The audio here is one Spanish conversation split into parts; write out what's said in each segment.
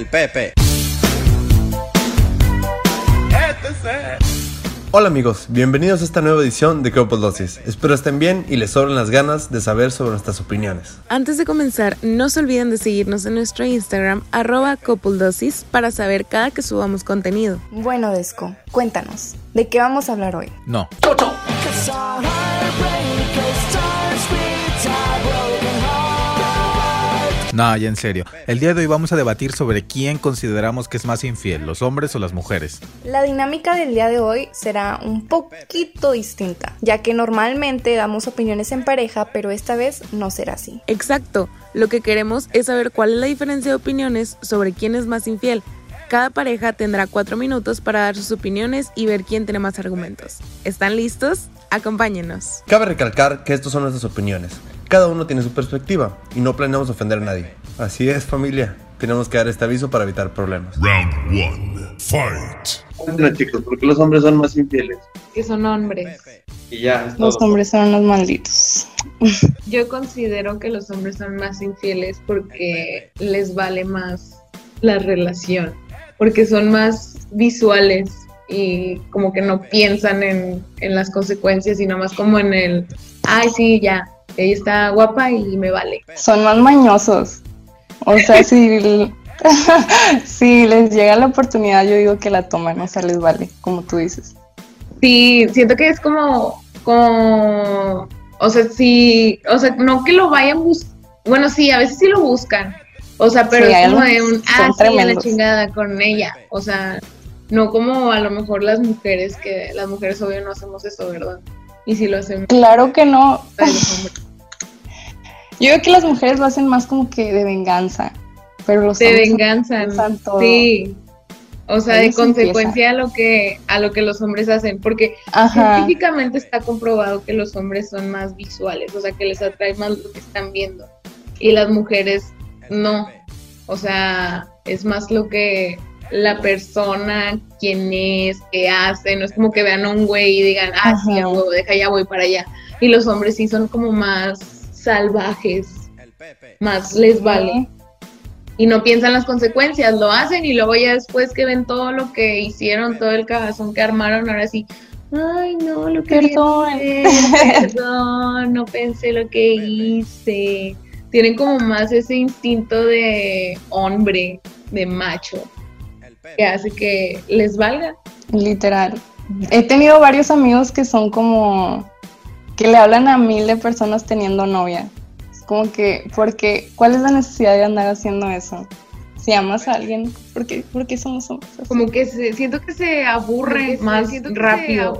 El Pepe. Hola amigos, bienvenidos a esta nueva edición de Couple Dosis. Espero estén bien y les sobren las ganas de saber sobre nuestras opiniones. Antes de comenzar, no se olviden de seguirnos en nuestro Instagram @coupledosis para saber cada que subamos contenido. Bueno, Desco, cuéntanos, ¿de qué vamos a hablar hoy? No. No, ya en serio. El día de hoy vamos a debatir sobre quién consideramos que es más infiel, los hombres o las mujeres. La dinámica del día de hoy será un poquito distinta, ya que normalmente damos opiniones en pareja, pero esta vez no será así. Exacto, lo que queremos es saber cuál es la diferencia de opiniones sobre quién es más infiel. Cada pareja tendrá 4 minutos para dar sus opiniones y ver quién tiene más argumentos. ¿Están listos? Acompáñenos. Cabe recalcar que estas son nuestras opiniones. Cada uno tiene su perspectiva y no planeamos ofender a nadie. Así es, familia. Tenemos que dar este aviso para evitar problemas. Round 1. Fight. Cuéntenos, chicos, ¿por qué los hombres son más infieles? Que son hombres. Y ya, es Los todo. hombres son los malditos. Yo considero que los hombres son más infieles porque les vale más la relación, porque son más visuales y como que no piensan en las consecuencias, sino más como en el, ay sí, ya, ella está guapa y me vale. Son más mañosos. O sea, si les llega la oportunidad, yo digo que la toman, o sea, les vale, como tú dices. Sí, siento que es como, o sea, sí, o sea, no que lo vayan bueno, sí, a veces sí lo buscan, o sea, pero Sí, es como hay de unos un, que son sí, a la tremendos. chingada con ella, o sea, no como a lo mejor las mujeres, que las mujeres obvio no hacemos eso, ¿verdad? Y si lo hacemos, Claro que no. a los hombres. Yo veo que las mujeres lo hacen más como que de venganza, pero los De hombres venganza, usan todo. sí, o sea, de Ellos consecuencia a lo que los hombres hacen, porque Ajá. científicamente está comprobado que los hombres son más visuales, o sea, que les atrae más lo que están viendo, y las mujeres no, o sea, es más lo que la persona, quién es, qué hace, no es como que vean a un güey y digan, sí, Ajá. a huevo, deja, ya voy para allá, y los hombres sí son como más salvajes, más les vale. Y no piensan las consecuencias, lo hacen y luego ya después que ven todo lo que hicieron, todo el cagazón que armaron, ahora sí, ay no, lo que Perdón. perdón, no pensé lo que hice. Tienen como más ese instinto de hombre, de macho, que hace que les valga. Literal. He tenido varios amigos que son como que le hablan a 1000 de personas teniendo novia. Es como que, ¿cuál es la necesidad de andar haciendo eso? Si amas a alguien, ¿por qué somos hombres así? Como que siento que se aburre más rápido,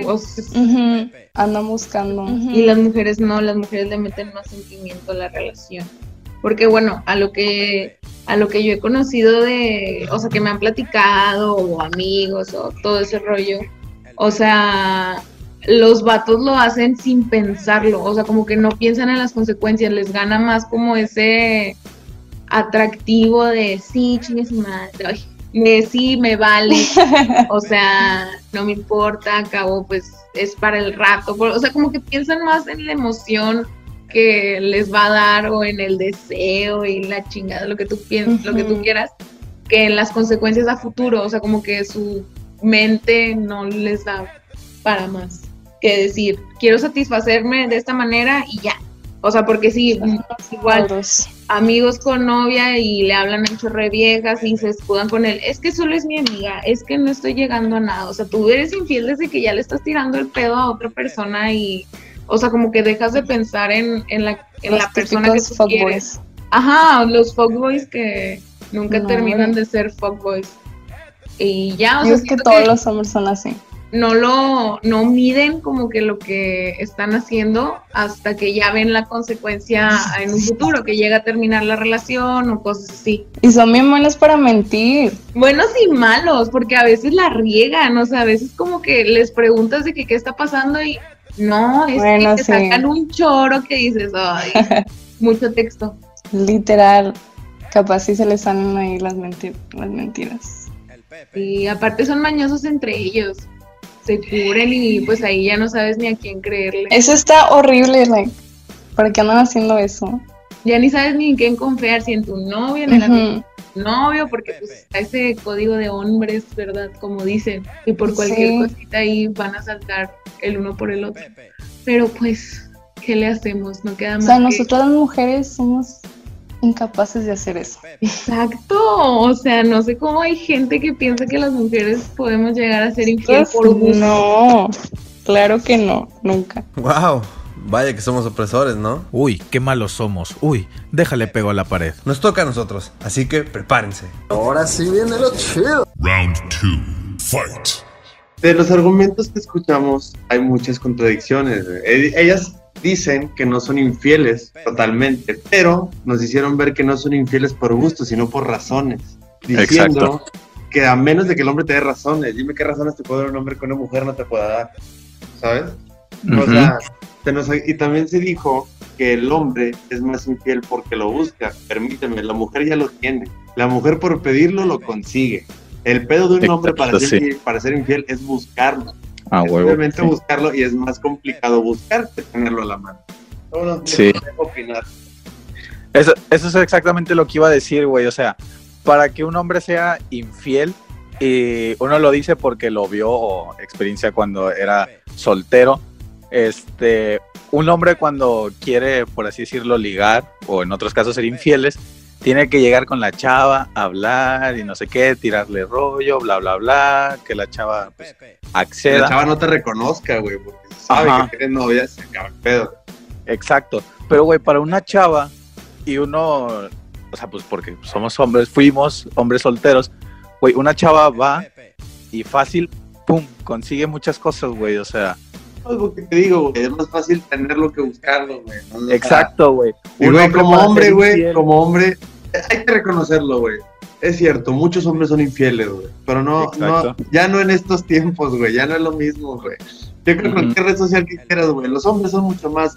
Ujú. Andan buscando. y las mujeres no, las mujeres le meten más sentimiento a la relación. Porque bueno, a lo que yo he conocido o sea, que me han platicado, o amigos, o todo ese rollo, o sea, los vatos lo hacen sin pensarlo, o sea, como que no piensan en las consecuencias, les gana más como ese atractivo de sí, chingue su madre, ay, sí, me vale, o sea, no me importa, acabo, pues es para el rato, o sea, como que piensan más en la emoción que les va a dar o en el deseo y la chingada, lo que tú piensas, lo que tú quieras, que en las consecuencias a futuro, o sea, como que su mente no les da para más que decir, quiero satisfacerme de esta manera y ya, o sea, porque sí, igual amigos con novia y le hablan en chorre viejas y se escudan con él, es que solo es mi amiga, es que no estoy llegando a nada, o sea, tú eres infiel desde que ya le estás tirando el pedo a otra persona y, o sea, como que dejas de pensar en la persona que tú quieres. Ajá, los fuckboys que nunca terminan de ser fuckboys. Y ya, o sea, es que todos los hombres son así. No miden como que lo que están haciendo hasta que ya ven la consecuencia en un futuro, que llega a terminar la relación o cosas así. Y son bien buenos para mentir. Buenos y malos, porque a veces la riegan, o sea, a veces como que les preguntas de que qué está pasando y no, es bueno, que te sacan un choro que dices, ay, mucho texto. Literal, capaz sí se les salen ahí las mentiras. Y aparte son mañosos entre ellos. Se cubren y pues ahí ya no sabes ni a quién creerle. Eso está horrible, ¿para qué andan haciendo eso? Ya ni sabes ni en quién confiar, si en tu novia, en el amigo. novio, porque pues está ese código de hombres, ¿verdad? Como dicen, y por cualquier cosita ahí van a saltar el uno por el otro. Pero pues, ¿qué le hacemos? No queda más. O sea, nosotras las mujeres somos incapaces de hacer eso. Exacto, o sea, no sé cómo hay gente que piensa que las mujeres podemos llegar a ser infieles por gusto. No, claro que no, nunca. Wow, vaya que somos opresores, ¿no? Uy, qué malos somos. Uy, déjale pego a la pared. Nos toca a nosotros, así que prepárense. Ahora sí viene lo chido. Round 2. Fight. De los argumentos que escuchamos hay muchas contradicciones. Ellas dicen que no son infieles totalmente, pero nos hicieron ver que no son infieles por gusto, sino por razones. Diciendo que a menos de que el hombre te dé razones, dime qué razones te puede dar un hombre que una mujer no te pueda dar, ¿sabes? O sea, y también se dijo que el hombre es más infiel porque lo busca. Permíteme, la mujer ya lo tiene. La mujer por pedirlo lo consigue. El pedo de un hombre para ser infiel es buscarlo. Simplemente buscarlo, y es más complicado buscar que tenerlo a la mano. No opinar. Eso es exactamente lo que iba a decir, güey. O sea, para que un hombre sea infiel, y uno lo dice porque lo vio o experiencia cuando era soltero. Un hombre cuando quiere, por así decirlo, ligar, o en otros casos ser infieles, tiene que llegar con la chava, hablar y no sé qué, tirarle rollo, bla, bla, bla, que la chava pues, acceda. Que la chava no te reconozca, güey, porque sabe que tienes novia, se acaba el pedo. Exacto, pero güey, para una chava y uno, o sea, pues porque somos hombres, fuimos hombres solteros, güey, una chava va y fácil, pum, consigue muchas cosas, güey, o sea. Es lo que te digo, güey, es más fácil tenerlo que buscarlo, güey. ¿No? Exacto, güey. Y güey, como hombre, hay que reconocerlo, güey. Es cierto, muchos hombres son infieles, güey. Pero no, ya no en estos tiempos, güey. Ya no es lo mismo, güey. Yo creo que cualquier red social que quieras, güey. Los hombres son mucho más,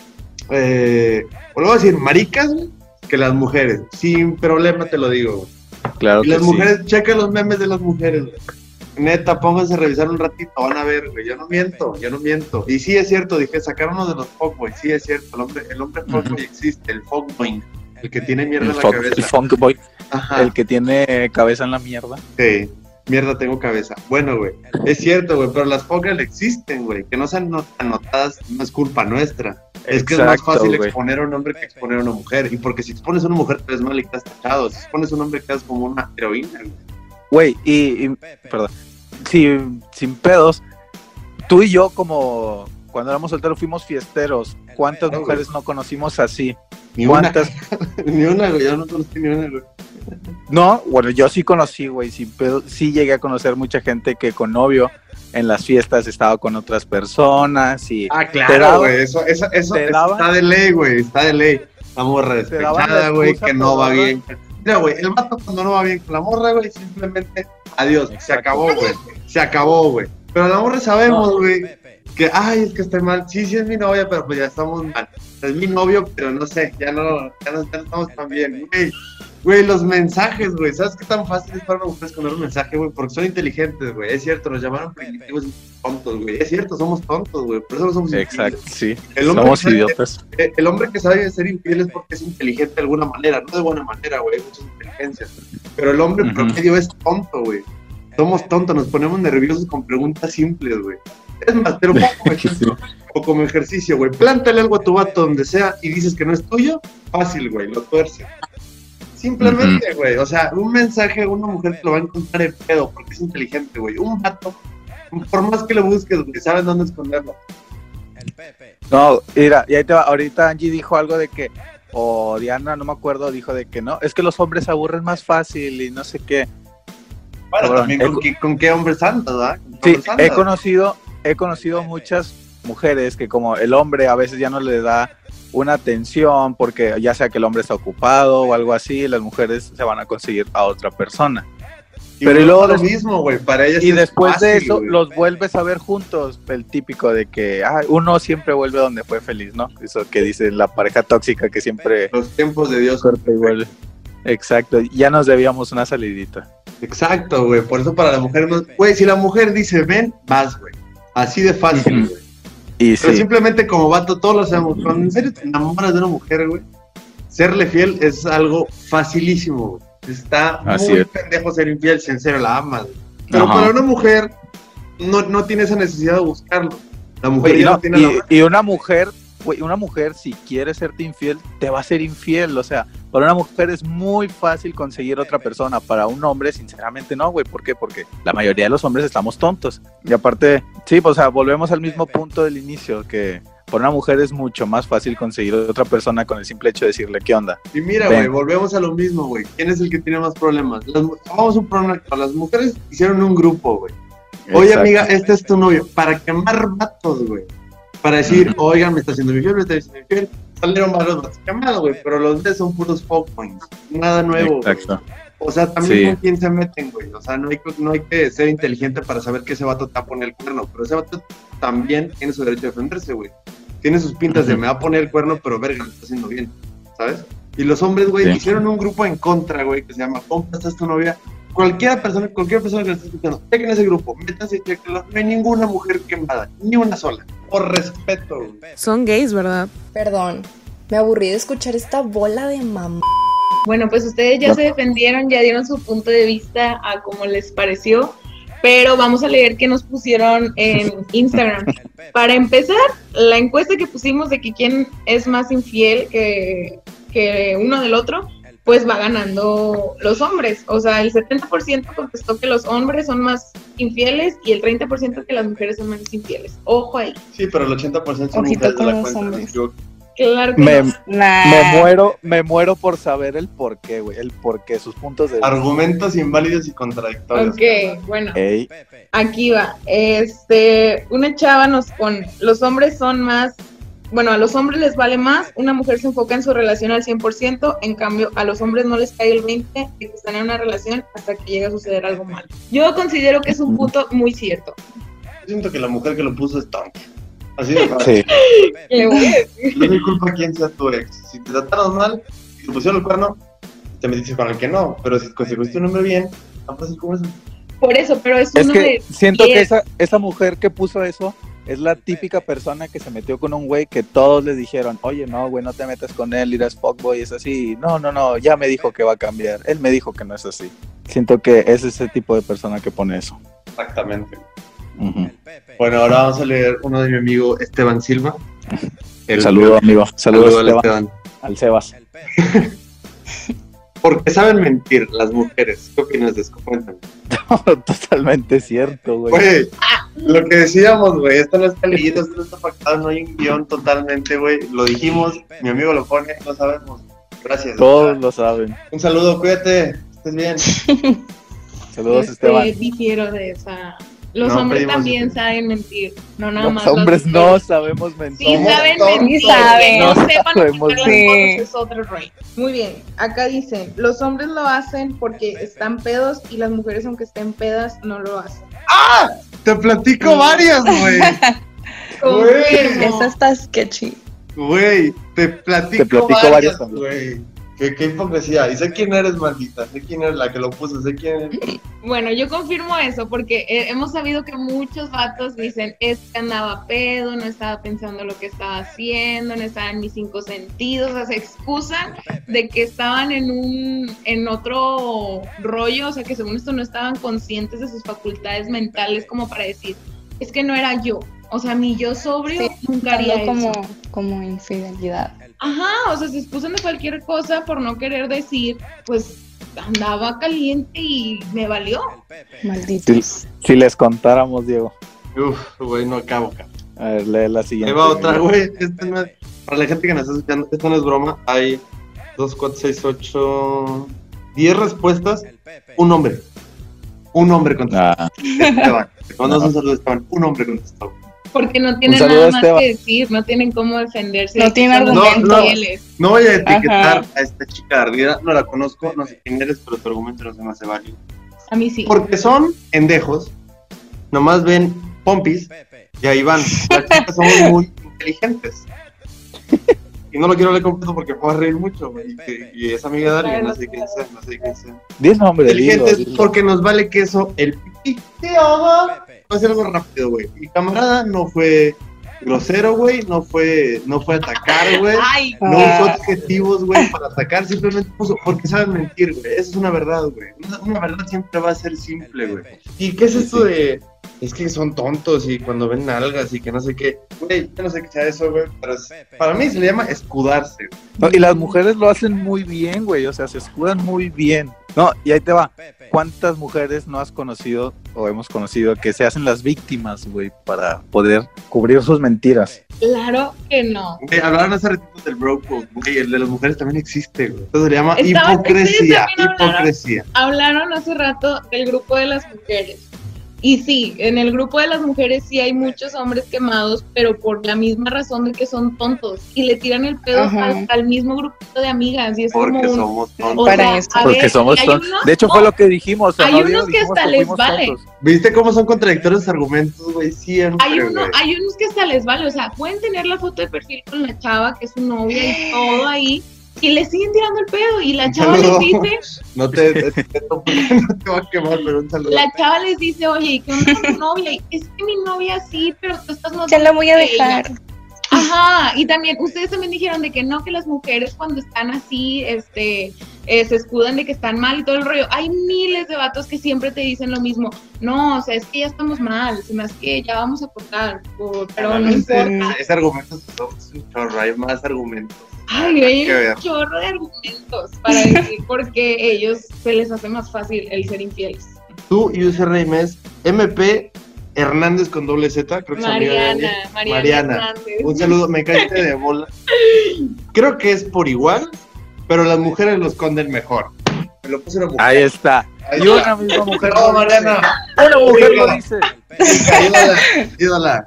vuelvo a decir, maricas, güey, que las mujeres. Sin problema te lo digo, güey. Claro. Y las mujeres, checa los memes de las mujeres, güey. Neta, pónganse a revisar un ratito, van a ver, güey, yo no miento. Y sí es cierto, dije, sacar uno de los fuckboys, sí es cierto, el hombre fuckboy existe, el fuckboy, el que tiene mierda en la cabeza. El fuckboy, el que tiene cabeza en la mierda. Sí, mierda tengo cabeza. Bueno, güey, es cierto, güey, pero las fuckgirls existen, güey, que no sean anotadas no es culpa nuestra. Es que es más fácil exponer a un hombre que exponer a una mujer, y porque si expones a una mujer te ves mal y estás tachado, si expones a un hombre quedas como una heroína, güey. Güey, perdón. Sin pedos, tú y yo como cuando éramos solteros fuimos fiesteros. ¿Cuántas mujeres no conocimos así? Ni una, güey, yo no conocí ni una, güey. No, bueno, yo sí conocí, güey, sin pedos, sí llegué a conocer mucha gente que con novio en las fiestas estaba con otras personas y... Ah, claro, güey, eso está de ley, güey, está de ley. La morra despechada, güey, que no va bien. Mira, güey, el vato cuando no va bien con la morra, güey, simplemente adiós, se acabó, güey. Pero la morra sabemos, güey, que, ay, es que estoy mal. Sí, es mi novia, pero pues ya estamos mal. Es mi novio, pero no sé, ya no estamos tan bien, güey. Güey, los mensajes, güey, ¿sabes qué tan fácil es para una mujer esconder un mensaje, güey? Porque son inteligentes, güey, es cierto, nos llamaron primitivos y tontos, güey, es cierto, somos tontos, güey, por eso no somos infieles. Exacto, sí, somos idiotas. El hombre que sabe ser infiel es porque es inteligente de alguna manera, no de buena manera, güey, hay muchas inteligencias, pero el hombre promedio es tonto, güey, somos tontos, nos ponemos nerviosos con preguntas simples, güey. Es más, te lo pongo como ejemplo, o como ejercicio, güey, plántale algo a tu vato donde sea y dices que no es tuyo, fácil, güey, lo tuerce. Simplemente, güey, o sea, un mensaje a una mujer te lo va a encontrar en pedo porque es inteligente, güey. Un vato, por más que lo busques, güey, sabes dónde esconderlo. No, mira, y ahí te va, ahorita Angie dijo algo de que, o Diana, no me acuerdo, dijo de que no, es que los hombres se aburren más fácil y no sé qué. Bueno, también con qué hombres andas, ¿verdad? Sí, he conocido muchas mujeres que como el hombre a veces ya no le da una atención porque ya sea que el hombre está ocupado o algo así, las mujeres se van a conseguir a otra persona. Pero luego lo mismo, güey, para ellas y después fácil, de eso güey. los vuelves a ver juntos, el típico de que uno siempre vuelve donde fue feliz, ¿no? Eso que dice la pareja tóxica que siempre los tiempos de Dios corta y vuelve. Exacto, ya nos debíamos una salidita. Exacto, güey, por eso para la mujer no, güey, si la mujer dice ven, vas, güey, así de fácil, güey. Pero simplemente como vato, todos lo sabemos. Cuando en serio te enamoras de una mujer, güey, serle fiel es algo facilísimo, güey. Está Así muy es. pendejo ser infiel si en serio la amas. Pero Ajá. para una mujer no tiene esa necesidad de buscarlo. La mujer Güey, ya no, no tiene la... y una mujer, güey, una mujer si quiere serte infiel, te va a ser infiel, o sea, para una mujer es muy fácil conseguir otra persona, para un hombre sinceramente no, güey, ¿por qué? Porque la mayoría de los hombres estamos tontos, y aparte, sí, pues, o sea, volvemos al mismo punto del inicio, que para una mujer es mucho más fácil conseguir otra persona con el simple hecho de decirle, ¿qué onda? Y mira, Ven. güey, volvemos a lo mismo, güey. ¿Quién es el que tiene más problemas? Vamos a un problema. Las mujeres hicieron un grupo, güey. Oye, Exacto. amiga, este es tu novio. Para quemar vatos, güey. Para decir, oigan, me está haciendo infiel, me está diciendo infiel. Salieron varios vatos quemados, güey. Pero los de son puros fuck points. Nada nuevo, güey. Exacto. O sea, también Sí. con quién se meten, güey. O sea, no hay que ser inteligente para saber que ese vato te va a poner el cuerno. Pero ese vato también tiene su derecho a defenderse, güey. Tiene sus pintas de me va a poner el cuerno, pero verga, lo está haciendo bien, ¿sabes? Y los hombres, güey, Sí. hicieron un grupo en contra, güey, que se llama ¿Cómo estás tu novia? Cualquier persona que lo esté escuchando, chequen ese grupo, métanse y chequenlo. No hay ninguna mujer quemada, ni una sola. Por respeto, güey. Son gays, ¿verdad? Perdón, me aburrí de escuchar esta bola de mamá. Bueno, pues ustedes ya se defendieron, ya dieron su punto de vista a cómo les pareció, pero vamos a leer qué nos pusieron en Instagram. Para empezar, la encuesta que pusimos de que quién es más infiel que uno del otro, pues va ganando los hombres. O sea, el 70% contestó que los hombres son más infieles y el 30% que las mujeres son más infieles. Ojo ahí. Sí, pero el 80% son Ojito mujeres de con la los cuenta. hombres. Yo- Claro que Me, no. me muero por saber el por qué, güey, el por qué, sus puntos de vista. Argumentos inválidos y contradictorios. Ok, bueno. Ey, Aquí va. Una chava nos pone, los hombres son más, bueno, a los hombres les vale más, una mujer se enfoca en su relación al 100%, en cambio a los hombres no les cae el 20% de que están en una relación hasta que llega a suceder algo malo. Yo considero que es un punto muy cierto. Yo siento que la mujer que lo puso es tonta. Así de fácil. sí. Le voy a decir. No es culpa quién sea tu ex. Si te trataron mal, si te pusieron el cuerno, te metiste con el que no. Pero si conseguiste un hombre bien, tan fácil como eso. Por eso, pero es Es uno que de siento que 10. esa mujer que puso eso es la típica persona que se metió con un güey que todos le dijeron, oye, no, güey, no te metas con él, eres fuckboy, es así. No, ya me dijo que va a cambiar. Él me dijo que no es así. Siento que es ese tipo de persona que pone eso. Exactamente. Ujú. Bueno, ahora vamos a leer uno de mi amigo Esteban Silva. Saludo, amigo. Saludos, al Esteban. Al Sebas. Porque saben mentir las mujeres. ¿Qué opinas de eso? Cuéntame. Totalmente cierto, güey. Güey, lo que decíamos, güey, esto no está leído, esto no está pactado, no hay un guión totalmente, güey. Lo dijimos, mi amigo lo pone, no sabemos. Gracias. Todos lo saben. Un saludo, cuídate, estés bien. Saludos, Esteban. Difiero de esa. Los No, hombres pedimos también disculpas. saben mentir, no nada Los más. las hombres no mujeres. sabemos mentir. Sí Somos saben tontos. mentir, Sí saben. que no No sepan sabemos ocultar las mentir. cosas es otro rollo. Muy bien, acá dicen, los hombres lo hacen porque están pedos y las mujeres aunque estén pedas no lo hacen. Te platico varias, güey. Confirmo. Esa está sketchy. Güey, te platico platico varias varias, también. güey. Qué hipocresía. Y sé quién eres, maldita. Sé quién eres la que lo puso. Sé quién eres. Bueno, yo confirmo eso porque hemos sabido que muchos vatos dicen, es que andaba pedo, no estaba pensando lo que estaba haciendo, no estaba en mis 5 sentidos, o sea, se excusan de que estaban en otro rollo, o sea, que según esto no estaban conscientes de sus facultades mentales como para decir, es que no era yo, o sea, mi yo sobrio Sí, nunca haría como, eso. como infidelidad. Ajá, o sea, se excusan de cualquier cosa por no querer decir, pues andaba caliente y me valió. Malditos. Si les contáramos, Diego. Uf, güey, no acabo, cabrón. A ver, lee la siguiente. Ahí va otra, güey. Esta no es- para la gente que nos está escuchando, esto no es broma. Hay 2, 4, 6, 8, 10 respuestas. Un hombre. Un hombre contestó. Ah, Esteban. Te mandamos un saludo, Esteban. Un hombre contestó. Porque no tienen saludo, nada más Esteban. que decir, no tienen cómo defenderse. No de que tienen son los argumento. infieles. No voy a etiquetar Ajá. a esta chica ardida. No la conozco, no sé quién eres, pero tu argumento no se me hace válido. A mí sí. Porque son endejos. Nomás ven pompis y ahí van. Las chicas somos muy inteligentes. Y no lo quiero leer completo porque me voy a reír mucho, güey. Y es amiga de alguien, no sé quién sea, no sé quién sea. di el nombre, dilo, Inteligentes dilo. porque nos vale queso el pipí. Sí, ajá. Voy a hacer algo rápido, güey. Mi camarada no fue grosero, güey, no fue atacar, güey, Ay, no usó adjetivos, güey, para atacar, simplemente puso, porque saben mentir, güey, eso es una verdad, güey, una verdad siempre va a ser simple, güey. ¿Y qué es esto de, es que son tontos y cuando ven nalgas y que no sé qué, güey, yo no sé qué sea eso, güey, pero para mí se le llama escudarse, güey. No, y las mujeres lo hacen muy bien, güey, o sea, se escudan muy bien. No, y ahí te va. ¿Cuántas mujeres no has conocido o hemos conocido que se hacen las víctimas, güey, para poder cubrir sus mentiras? claro que no. Güey, hablaron hace ratito del bro code, güey, el de las mujeres también existe, güey. Entonces se le llama Estaba- hipocresía, ustedes también hipocresía. Hablaron hace rato del grupo de las mujeres. Y sí, en el grupo de las mujeres sí hay muchos hombres quemados, pero por la misma razón de que son tontos y le tiran el pedo Ajá. al mismo grupito de amigas. Y es Porque como un, somos o tontos. Para sea, eso. a Porque ver, somos y hay tontos. unos- De hecho, fue lo que dijimos. hay ¿no, Diego? unos que Dijimos hasta les fuimos vale. tontos. ¿Viste cómo son contradictorios los argumentos, güey? Siempre, Hay güey. unos que hasta les vale, o sea, pueden tener la foto de perfil con la chava, que es su novia y todo ahí, y le siguen tirando el pedo, y la Un chava les saludo. dice, No te va a quemar, pero un saludo. la chava les dice, oye, ¿y qué onda con tu novia? Y es que mi novia sí, pero tú estás más Ya la voy a que ella. dejar. Ajá, y también, ustedes también dijeron de que no, que las mujeres cuando están así, se escudan de que están mal y todo el rollo. Hay miles de vatos que siempre te dicen lo mismo. No, o sea, es que ya estamos mal, se me hace que ya vamos a cortar, pero no importa. Ese argumento es un chorro, hay más argumentos. Ay, hay que ver. un chorro de argumentos para decir por qué ellos se les hace más fácil el ser infieles. Tu username es MP Hernández con doble Z, creo que es amiga de Mariana, ella. Mariana Hernández. Un saludo, me caíste de bola. Creo que es por igual, pero las mujeres lo esconden mejor. Me lo puse una mujer. Ahí está. Ahí Y está. una misma mujer. No, lo dice. Mariana. Una mujer lo Ayúdala. dice. Ayúdala.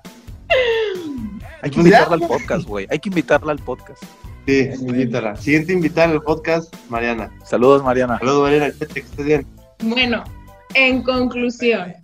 Hay que Pues ya. invitarla al podcast, güey. Hay que invitarla al podcast. Sí, invítala. Siguiente invitada al podcast, Mariana. Saludos, Mariana. Saludos, Mariana. Que estés bien. Bueno, en conclusión,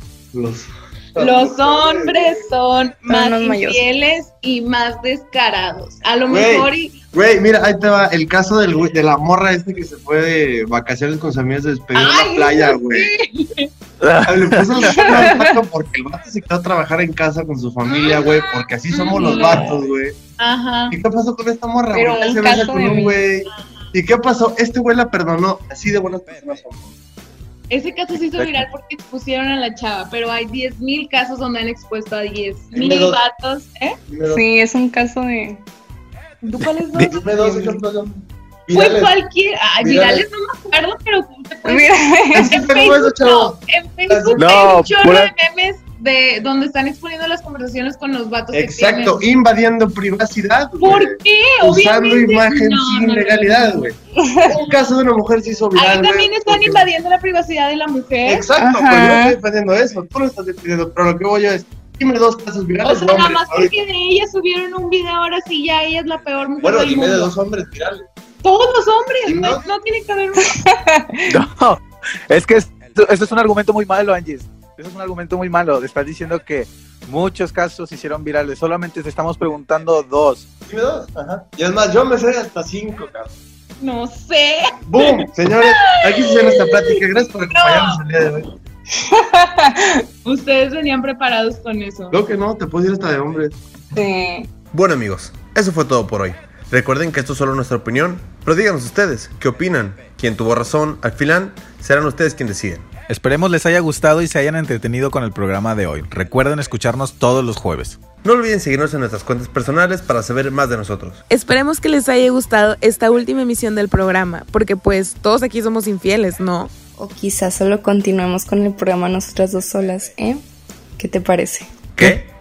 Los hombres son más unos mayos. infieles y más descarados. A lo Güey. mejor Güey, mira, ahí te va el caso de la morra que se fue de vacaciones con sus amigos de despedir en ¡Ay, la playa, eso güey. sí! Le puso el cuerno al vato porque el vato se quedó a trabajar en casa con su familia, güey, porque así somos los vatos, güey. Ajá. ¿Y qué pasó con esta morra, Pero güey? un Se besa caso con de un mí. güey. ¿Y qué pasó? Este güey la perdonó. Así de buenas personas somos. Ese caso se hizo viral porque expusieron a la chava, pero hay 10,000 casos donde han expuesto a 10,000 Dime dos. vatos. ¿Eh? Dime dos- Sí, es un caso de... ¿Tú cuáles dos? Dime dos ejemplos de Fue virales. cualquier. Virales. Virales no me acuerdo, pero te puedes- Mira, Es que en tengo eso, Facebook, chavo. en Facebook No, hay un chorro pura- de memes de donde están exponiendo las conversaciones con los vatos Exacto, que tienen. invadiendo privacidad, güey. ¿Por qué? Usando Obviamente, imagen no, sin no, no, legalidad, no. güey. Un caso de una mujer se hizo viral, Ahí también güey, están porque- invadiendo la privacidad de la mujer. Exacto, Ajá. pues yo no estoy defendiendo eso, tú lo estás defendiendo, pero lo que voy yo es, dime dos casos O virales sea, de nada hombres. más porque de ella subieron un video, ahora sí ya ella es la peor mujer Bueno, del dime de mundo. dos hombres virales. Todos los hombres, ¿Y no, no? no tiene que haber No, es que esto es un argumento muy malo, Angie. Eso es un argumento muy malo. Estás diciendo que muchos casos se hicieron virales. Solamente te estamos preguntando dos. Dime dos, ajá. Y es más, yo me sé hasta 5, cabrón. No sé. ¡Boom! Señores, aquí se llama esta plática. Gracias por acompañarnos el día de hoy. Ustedes venían preparados con eso. Creo que no, te puedes ir hasta de hombres. sí. Bueno amigos, eso fue todo por hoy. Recuerden que esto es solo nuestra opinión, pero díganos ustedes, ¿qué opinan? ¿Quién tuvo razón? Al final, serán ustedes quienes deciden. Esperemos les haya gustado y se hayan entretenido con el programa de hoy. Recuerden escucharnos todos los jueves. No olviden seguirnos en nuestras cuentas personales para saber más de nosotros. Esperemos que les haya gustado esta última emisión del programa, porque pues todos aquí somos infieles, ¿no? O quizás solo continuemos con el programa nosotras dos solas, ¿eh? ¿Qué te parece? ¿Qué?